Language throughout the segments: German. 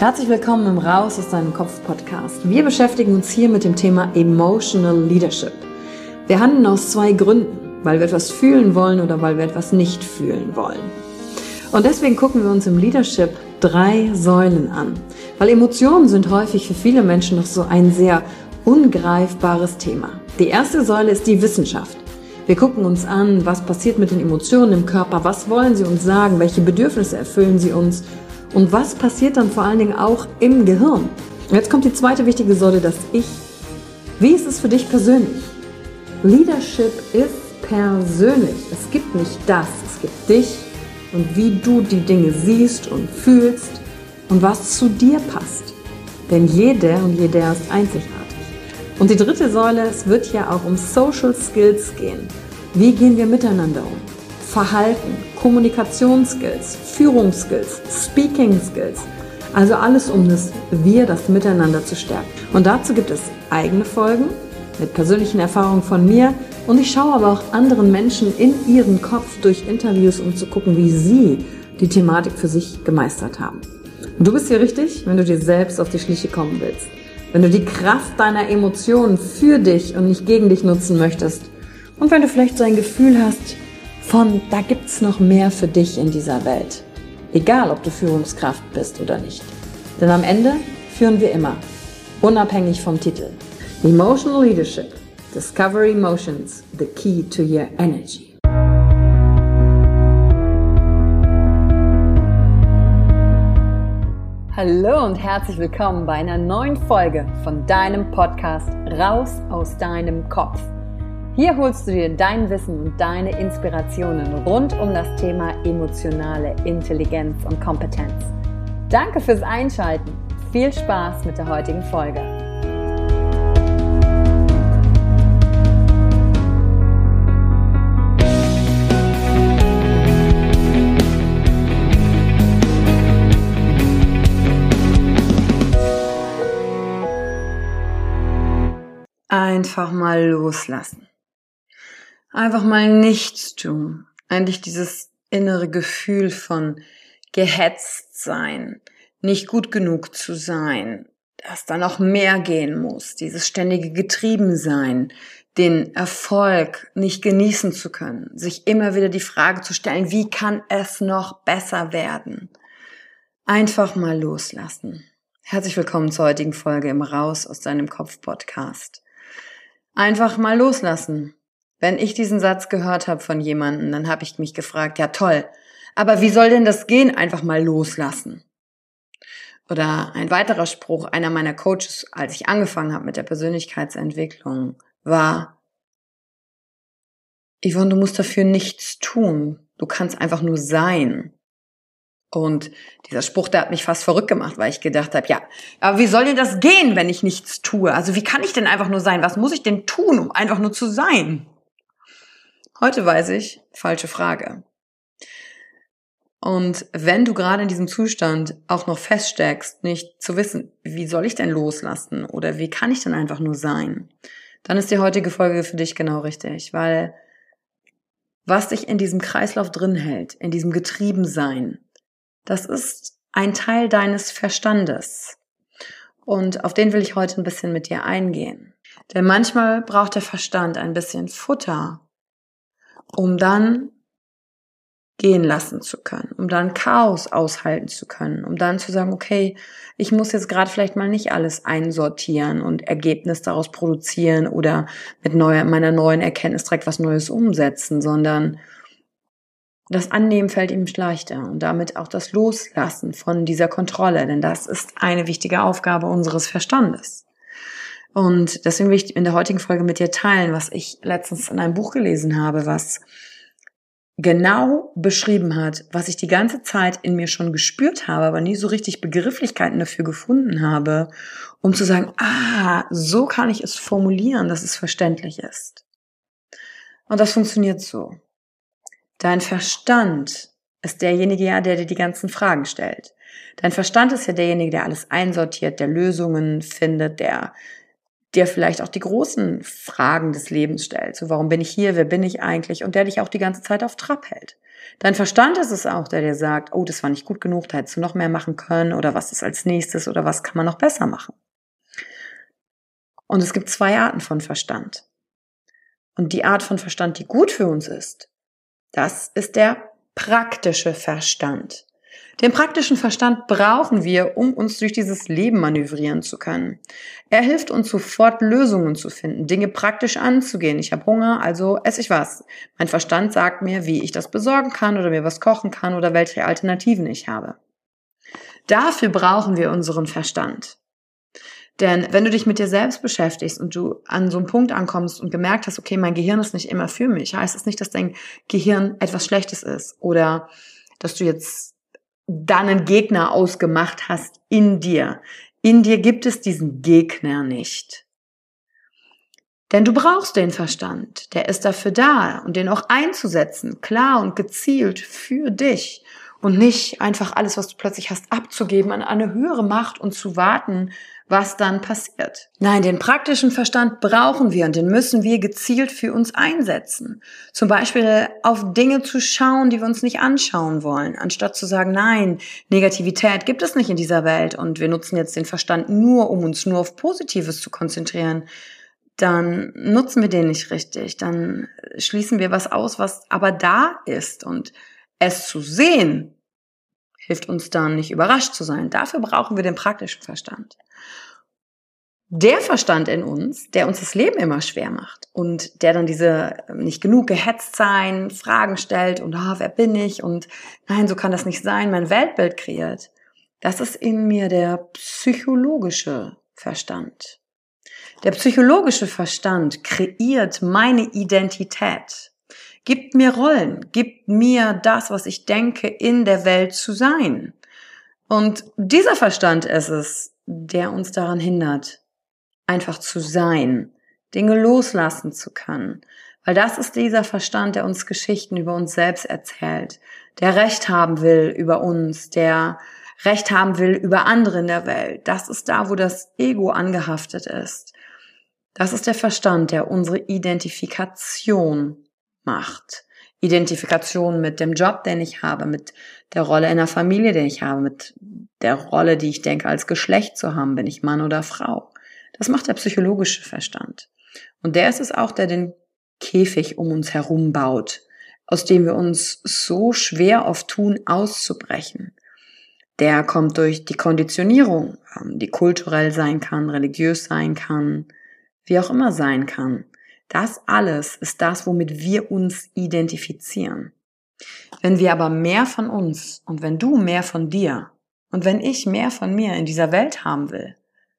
Herzlich willkommen im Raus aus deinem Kopf Podcast. Wir beschäftigen uns hier mit dem Thema Emotional Leadership. Wir handeln aus zwei Gründen, weil wir etwas fühlen wollen oder weil wir etwas nicht fühlen wollen. Und deswegen gucken wir uns im Leadership 3 Säulen an, weil Emotionen sind häufig für viele Menschen noch so ein sehr ungreifbares Thema. Die erste Säule ist die Wissenschaft. Wir gucken uns an, was passiert mit den Emotionen im Körper, was wollen sie uns sagen, welche Bedürfnisse erfüllen sie uns und was passiert dann vor allen Dingen auch im Gehirn. Und jetzt kommt die zweite wichtige Säule, das Ich. Wie ist es für dich persönlich? Leadership ist persönlich. Es gibt nicht das, es gibt dich und wie du die Dinge siehst und fühlst und was zu dir passt. Denn jede und jeder ist einzigartig. Und die dritte Säule, es wird ja auch um Social Skills gehen. Wie gehen wir miteinander um? Verhalten, Kommunikationsskills, Führungsskills, Speaking Skills. Also alles um das Miteinander zu stärken. Und dazu gibt es eigene Folgen mit persönlichen Erfahrungen von mir. Und ich schaue aber auch anderen Menschen in ihren Kopf durch Interviews, um zu gucken, wie sie die Thematik für sich gemeistert haben. Und du bist hier richtig, wenn du dir selbst auf die Schliche kommen willst. Wenn du die Kraft deiner Emotionen für dich und nicht gegen dich nutzen möchtest. Und wenn du vielleicht so ein Gefühl hast, da gibt's noch mehr für dich in dieser Welt. Egal, ob du Führungskraft bist oder nicht. Denn am Ende führen wir immer, unabhängig vom Titel. Emotional Leadership. Discover Emotions, the key to your energy. Hallo und herzlich willkommen bei einer neuen Folge von deinem Podcast Raus aus deinem Kopf. Hier holst du dir dein Wissen und deine Inspirationen rund um das Thema emotionale Intelligenz und Kompetenz. Danke fürs Einschalten. Viel Spaß mit der heutigen Folge. Einfach mal loslassen. Einfach mal nichts tun. Eigentlich dieses innere Gefühl von gehetzt sein, nicht gut genug zu sein, dass da noch mehr gehen muss, dieses ständige Getriebensein, den Erfolg nicht genießen zu können, sich immer wieder die Frage zu stellen, wie kann es noch besser werden? Einfach mal loslassen. Herzlich willkommen zur heutigen Folge im Raus aus deinem Kopf Podcast. Einfach mal loslassen. Wenn ich diesen Satz gehört habe von jemandem, dann habe ich mich gefragt, ja toll, aber wie soll denn das gehen, einfach mal loslassen? Oder ein weiterer Spruch einer meiner Coaches, als ich angefangen habe mit der Persönlichkeitsentwicklung, war, Yvonne, du musst dafür nichts tun. Du kannst einfach nur sein. Und dieser Spruch, der hat mich fast verrückt gemacht, weil ich gedacht habe, ja, aber wie soll denn das gehen, wenn ich nichts tue? Also wie kann ich denn einfach nur sein? Was muss ich denn tun, um einfach nur zu sein? Heute weiß ich, falsche Frage. Und wenn du gerade in diesem Zustand auch noch feststeckst, nicht zu wissen, wie soll ich denn loslassen oder wie kann ich denn einfach nur sein, dann ist die heutige Folge für dich genau richtig, weil was dich in diesem Kreislauf drin hält, in diesem Getriebensein, das ist ein Teil deines Verstandes. Und auf den will ich heute ein bisschen mit dir eingehen. Denn manchmal braucht der Verstand ein bisschen Futter, um dann gehen lassen zu können, um dann Chaos aushalten zu können, um dann zu sagen, okay, ich muss jetzt gerade vielleicht mal nicht alles einsortieren und Ergebnis daraus produzieren oder mit meiner neuen Erkenntnis direkt was Neues umsetzen, sondern das Annehmen fällt ihm leichter und damit auch das Loslassen von dieser Kontrolle, denn das ist eine wichtige Aufgabe unseres Verstandes. Und deswegen will ich in der heutigen Folge mit dir teilen, was ich letztens in einem Buch gelesen habe, was genau beschrieben hat, was ich die ganze Zeit in mir schon gespürt habe, aber nie so richtig Begrifflichkeiten dafür gefunden habe, um zu sagen, so kann ich es formulieren, dass es verständlich ist. Und das funktioniert so. Dein Verstand ist derjenige, der dir die ganzen Fragen stellt. Dein Verstand ist ja derjenige, der alles einsortiert, der Lösungen findet, der dir vielleicht auch die großen Fragen des Lebens stellt. So, warum bin ich hier? Wer bin ich eigentlich? Und der dich auch die ganze Zeit auf Trab hält. Dein Verstand ist es auch, der dir sagt, oh, das war nicht gut genug, da hättest du noch mehr machen können oder was ist als nächstes oder was kann man noch besser machen. Und es gibt 2 Arten von Verstand. Und die Art von Verstand, die gut für uns ist, das ist der praktische Verstand. Den praktischen Verstand brauchen wir, um uns durch dieses Leben manövrieren zu können. Er hilft uns sofort, Lösungen zu finden, Dinge praktisch anzugehen. Ich habe Hunger, also esse ich was. Mein Verstand sagt mir, wie ich das besorgen kann oder mir was kochen kann oder welche Alternativen ich habe. Dafür brauchen wir unseren Verstand. Denn wenn du dich mit dir selbst beschäftigst und du an so einen Punkt ankommst und gemerkt hast, okay, mein Gehirn ist nicht immer für mich, heißt es nicht, dass dein Gehirn etwas Schlechtes ist oder dass du jetzt dann einen Gegner ausgemacht hast in dir. In dir gibt es diesen Gegner nicht. Denn du brauchst den Verstand. Der ist dafür da und den auch einzusetzen, klar und gezielt für dich und nicht einfach alles, was du plötzlich hast, abzugeben an eine höhere Macht und zu warten, was dann passiert. Nein, den praktischen Verstand brauchen wir und den müssen wir gezielt für uns einsetzen. Zum Beispiel auf Dinge zu schauen, die wir uns nicht anschauen wollen, anstatt zu sagen, nein, Negativität gibt es nicht in dieser Welt und wir nutzen jetzt den Verstand nur, um uns nur auf Positives zu konzentrieren. Dann nutzen wir den nicht richtig, dann schließen wir was aus, was aber da ist und es zu sehen, hilft uns dann nicht überrascht zu sein. Dafür brauchen wir den praktischen Verstand. Der Verstand in uns, der uns das Leben immer schwer macht und der dann diese nicht genug gehetzt sein, Fragen stellt und wer bin ich und nein, so kann das nicht sein, mein Weltbild kreiert. Das ist in mir der psychologische Verstand. Der psychologische Verstand kreiert meine Identität, gibt mir Rollen, gibt mir das, was ich denke, in der Welt zu sein. Und dieser Verstand ist es, der uns daran hindert, einfach zu sein, Dinge loslassen zu können. Weil das ist dieser Verstand, der uns Geschichten über uns selbst erzählt, der Recht haben will über uns, der Recht haben will über andere in der Welt. Das ist da, wo das Ego angehaftet ist. Das ist der Verstand, der unsere Identifikation macht. Identifikation mit dem Job, den ich habe, mit der Rolle in der Familie, die ich habe, mit der Rolle, die ich denke, als Geschlecht zu haben, bin ich Mann oder Frau. Das macht der psychologische Verstand. Und der ist es auch, der den Käfig um uns herum baut, aus dem wir uns so schwer oft tun, auszubrechen. Der kommt durch die Konditionierung, die kulturell sein kann, religiös sein kann, wie auch immer sein kann. Das alles ist das, womit wir uns identifizieren. Wenn wir aber mehr von uns und wenn du mehr von dir und wenn ich mehr von mir in dieser Welt haben will,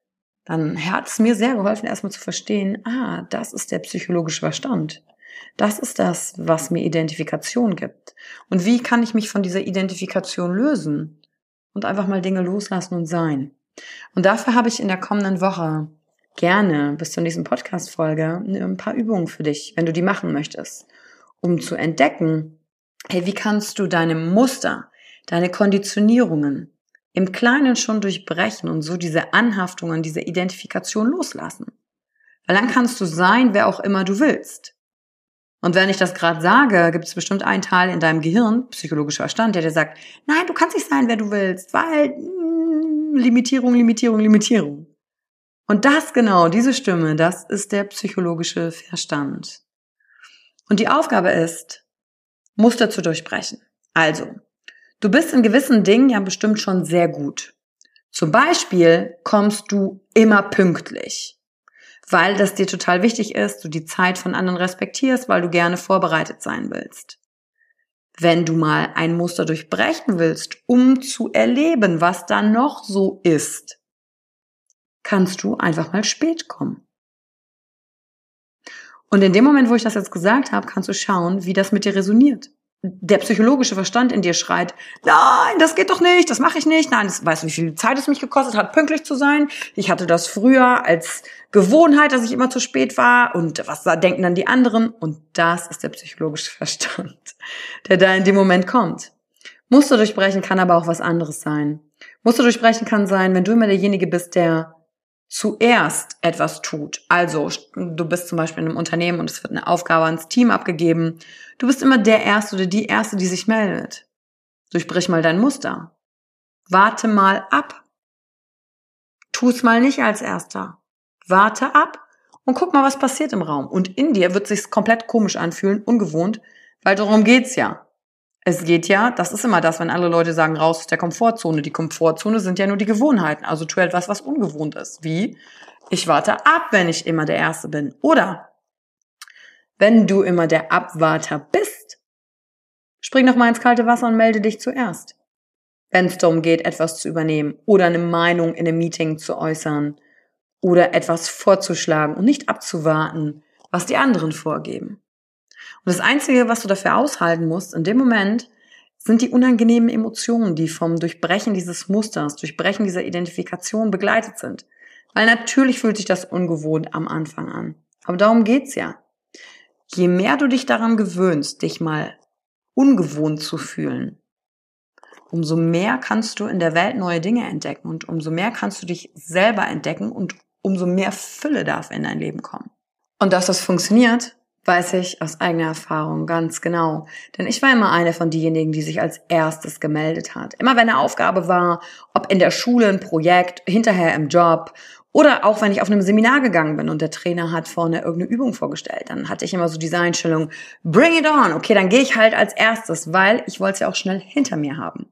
dann hat es mir sehr geholfen, erstmal zu verstehen, das ist der psychologische Verstand. Das ist das, was mir Identifikation gibt. Und wie kann ich mich von dieser Identifikation lösen und einfach mal Dinge loslassen und sein? Und dafür habe ich in der kommenden Woche gerne bis zur nächsten Podcast-Folge ein paar Übungen für dich, wenn du die machen möchtest, um zu entdecken, wie kannst du deine Muster, deine Konditionierungen im Kleinen schon durchbrechen und so diese Anhaftungen, diese Identifikation loslassen. Weil dann kannst du sein, wer auch immer du willst. Und wenn ich das gerade sage, gibt es bestimmt einen Teil in deinem Gehirn, psychologischer Verstand, der dir sagt, nein, du kannst nicht sein, wer du willst, weil Limitierung, Limitierung, Limitierung. Und das genau, diese Stimme, das ist der psychologische Verstand. Und die Aufgabe ist, Muster zu durchbrechen. Also, du bist in gewissen Dingen ja bestimmt schon sehr gut. Zum Beispiel kommst du immer pünktlich, weil das dir total wichtig ist, du die Zeit von anderen respektierst, weil du gerne vorbereitet sein willst. Wenn du mal ein Muster durchbrechen willst, um zu erleben, was da noch so ist, kannst du einfach mal spät kommen. Und in dem Moment, wo ich das jetzt gesagt habe, kannst du schauen, wie das mit dir resoniert. Der psychologische Verstand in dir schreit, nein, das geht doch nicht, das mache ich nicht. Nein, weißt du, wie viel Zeit es mich gekostet hat, pünktlich zu sein? Ich hatte das früher als Gewohnheit, dass ich immer zu spät war. Und was denken dann die anderen? Und das ist der psychologische Verstand, der da in dem Moment kommt. Muster durchbrechen kann aber auch was anderes sein. Muster durchbrechen kann sein, wenn du immer derjenige bist, der zuerst etwas tut. Also, du bist zum Beispiel in einem Unternehmen und es wird eine Aufgabe ans Team abgegeben. Du bist immer der Erste oder die Erste, die sich meldet. Durchbrich mal dein Muster. Warte mal ab. Tu es mal nicht als Erster. Warte ab und guck mal, was passiert im Raum. Und in dir wird es sich komplett komisch anfühlen, ungewohnt, weil darum geht's ja. Es geht ja, das ist immer das, wenn alle Leute sagen, raus aus der Komfortzone. Die Komfortzone sind ja nur die Gewohnheiten. Also tu etwas, was ungewohnt ist. Wie? Ich warte ab, wenn ich immer der Erste bin. Oder wenn du immer der Abwarter bist, spring doch mal ins kalte Wasser und melde dich zuerst. Wenn es darum geht, etwas zu übernehmen oder eine Meinung in einem Meeting zu äußern oder etwas vorzuschlagen und nicht abzuwarten, was die anderen vorgeben. Und das Einzige, was du dafür aushalten musst in dem Moment, sind die unangenehmen Emotionen, die vom Durchbrechen dieses Musters, Durchbrechen dieser Identifikation begleitet sind. Weil natürlich fühlt sich das ungewohnt am Anfang an. Aber darum geht's ja. Je mehr du dich daran gewöhnst, dich mal ungewohnt zu fühlen, umso mehr kannst du in der Welt neue Dinge entdecken und umso mehr kannst du dich selber entdecken und umso mehr Fülle darf in dein Leben kommen. Und dass das funktioniert, weiß ich aus eigener Erfahrung ganz genau. Denn ich war immer eine von denjenigen, die sich als erstes gemeldet hat. Immer wenn eine Aufgabe war, ob in der Schule ein Projekt, hinterher im Job oder auch wenn ich auf einem Seminar gegangen bin und der Trainer hat vorne irgendeine Übung vorgestellt, dann hatte ich immer so diese Einstellung, bring it on, okay, dann gehe ich halt als erstes, weil ich wollte es ja auch schnell hinter mir haben.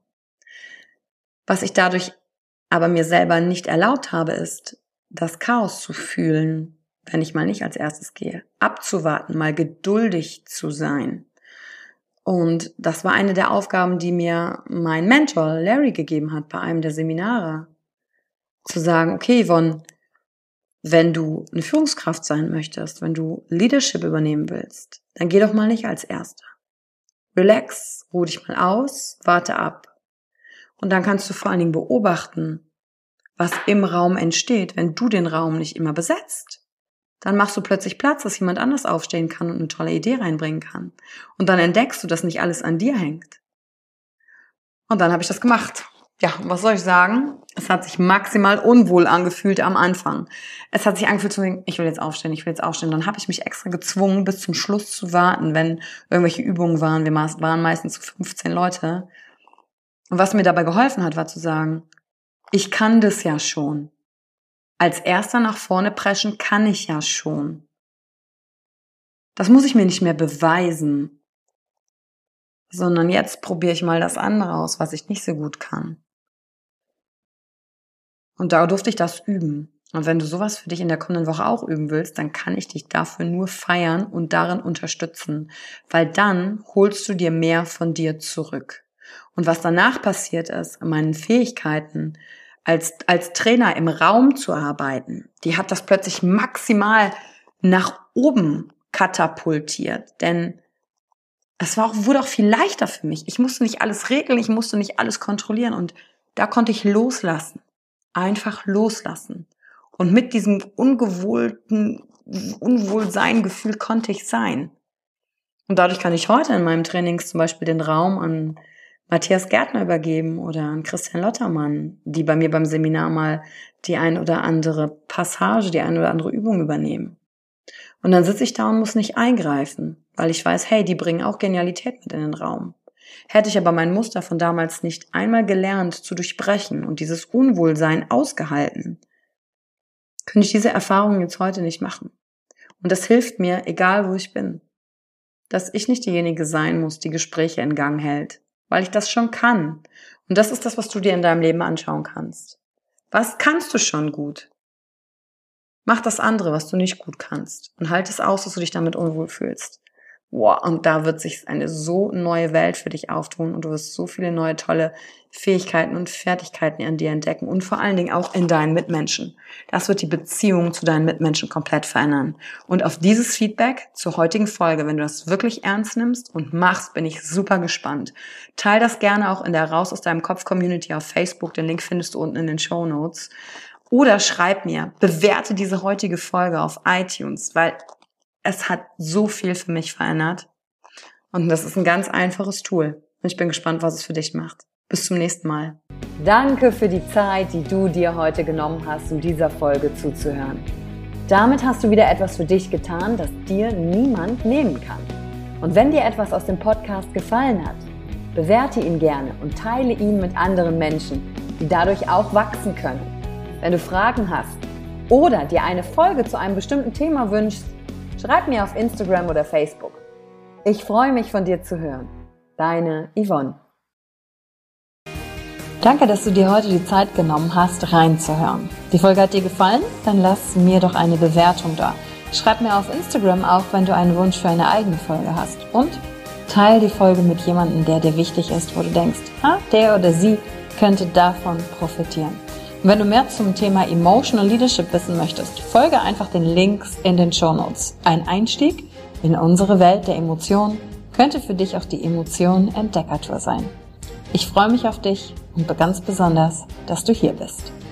Was ich dadurch aber mir selber nicht erlaubt habe, ist, das Chaos zu fühlen, wenn ich mal nicht als erstes gehe. Abzuwarten, mal geduldig zu sein. Und das war eine der Aufgaben, die mir mein Mentor Larry gegeben hat bei einem der Seminare. Zu sagen, okay, Yvonne, wenn du eine Führungskraft sein möchtest, wenn du Leadership übernehmen willst, dann geh doch mal nicht als Erster. Relax, ruh dich mal aus, warte ab. Und dann kannst du vor allen Dingen beobachten, was im Raum entsteht, wenn du den Raum nicht immer besetzt. Dann machst du plötzlich Platz, dass jemand anders aufstehen kann und eine tolle Idee reinbringen kann. Und dann entdeckst du, dass nicht alles an dir hängt. Und dann habe ich das gemacht. Ja, was soll ich sagen? Es hat sich maximal unwohl angefühlt am Anfang. Es hat sich angefühlt zu denken, ich will jetzt aufstehen. Dann habe ich mich extra gezwungen, bis zum Schluss zu warten, wenn irgendwelche Übungen waren. Wir waren meistens so 15 Leute. Und was mir dabei geholfen hat, war zu sagen, ich kann das ja schon. Als Erster nach vorne preschen kann ich ja schon. Das muss ich mir nicht mehr beweisen, sondern jetzt probiere ich mal das andere aus, was ich nicht so gut kann. Und da durfte ich das üben. Und wenn du sowas für dich in der kommenden Woche auch üben willst, dann kann ich dich dafür nur feiern und darin unterstützen, weil dann holst du dir mehr von dir zurück. Und was danach passiert ist, in meinen Fähigkeiten, als Trainer im Raum zu arbeiten, die hat das plötzlich maximal nach oben katapultiert. Denn es wurde auch viel leichter für mich. Ich musste nicht alles regeln, ich musste nicht alles kontrollieren. Und da konnte ich loslassen. Einfach loslassen. Und mit diesem Unwohlsein-Gefühl konnte ich sein. Und dadurch kann ich heute in meinem Trainings zum Beispiel den Raum an Matthias Gärtner übergeben oder an Christian Lottermann, die bei mir beim Seminar mal die ein oder andere Passage, die ein oder andere Übung übernehmen. Und dann sitze ich da und muss nicht eingreifen, weil ich weiß, hey, die bringen auch Genialität mit in den Raum. Hätte ich aber mein Muster von damals nicht einmal gelernt zu durchbrechen und dieses Unwohlsein ausgehalten, könnte ich diese Erfahrung jetzt heute nicht machen. Und das hilft mir, egal wo ich bin, dass ich nicht diejenige sein muss, die Gespräche in Gang hält, weil ich das schon kann. Und das ist das, was du dir in deinem Leben anschauen kannst. Was kannst du schon gut? Mach das andere, was du nicht gut kannst. Und halt es aus, dass du dich damit unwohl fühlst. Wow, und da wird sich eine so neue Welt für dich auftun und du wirst so viele neue, tolle Fähigkeiten und Fertigkeiten an dir entdecken und vor allen Dingen auch in deinen Mitmenschen. Das wird die Beziehung zu deinen Mitmenschen komplett verändern. Und auf dieses Feedback zur heutigen Folge, wenn du das wirklich ernst nimmst und machst, bin ich super gespannt. Teil das gerne auch in der Raus aus deinem Kopf Community auf Facebook. Den Link findest du unten in den Shownotes. Oder schreib mir, bewerte diese heutige Folge auf iTunes, weil es hat so viel für mich verändert. Und das ist ein ganz einfaches Tool. Und ich bin gespannt, was es für dich macht. Bis zum nächsten Mal. Danke für die Zeit, die du dir heute genommen hast, um dieser Folge zuzuhören. Damit hast du wieder etwas für dich getan, das dir niemand nehmen kann. Und wenn dir etwas aus dem Podcast gefallen hat, bewerte ihn gerne und teile ihn mit anderen Menschen, die dadurch auch wachsen können. Wenn du Fragen hast oder dir eine Folge zu einem bestimmten Thema wünschst, schreib mir auf Instagram oder Facebook. Ich freue mich, von dir zu hören. Deine Yvonne. Danke, dass du dir heute die Zeit genommen hast, reinzuhören. Die Folge hat dir gefallen? Dann lass mir doch eine Bewertung da. Schreib mir auf Instagram auch, wenn du einen Wunsch für eine eigene Folge hast. Und teile die Folge mit jemandem, der dir wichtig ist, wo du denkst, der oder sie könnte davon profitieren. Und wenn du mehr zum Thema Emotional Leadership wissen möchtest, folge einfach den Links in den Shownotes. Ein Einstieg in unsere Welt der Emotionen könnte für dich auch die Emotionen-Entdeckertour sein. Ich freue mich auf dich und ganz besonders, dass du hier bist.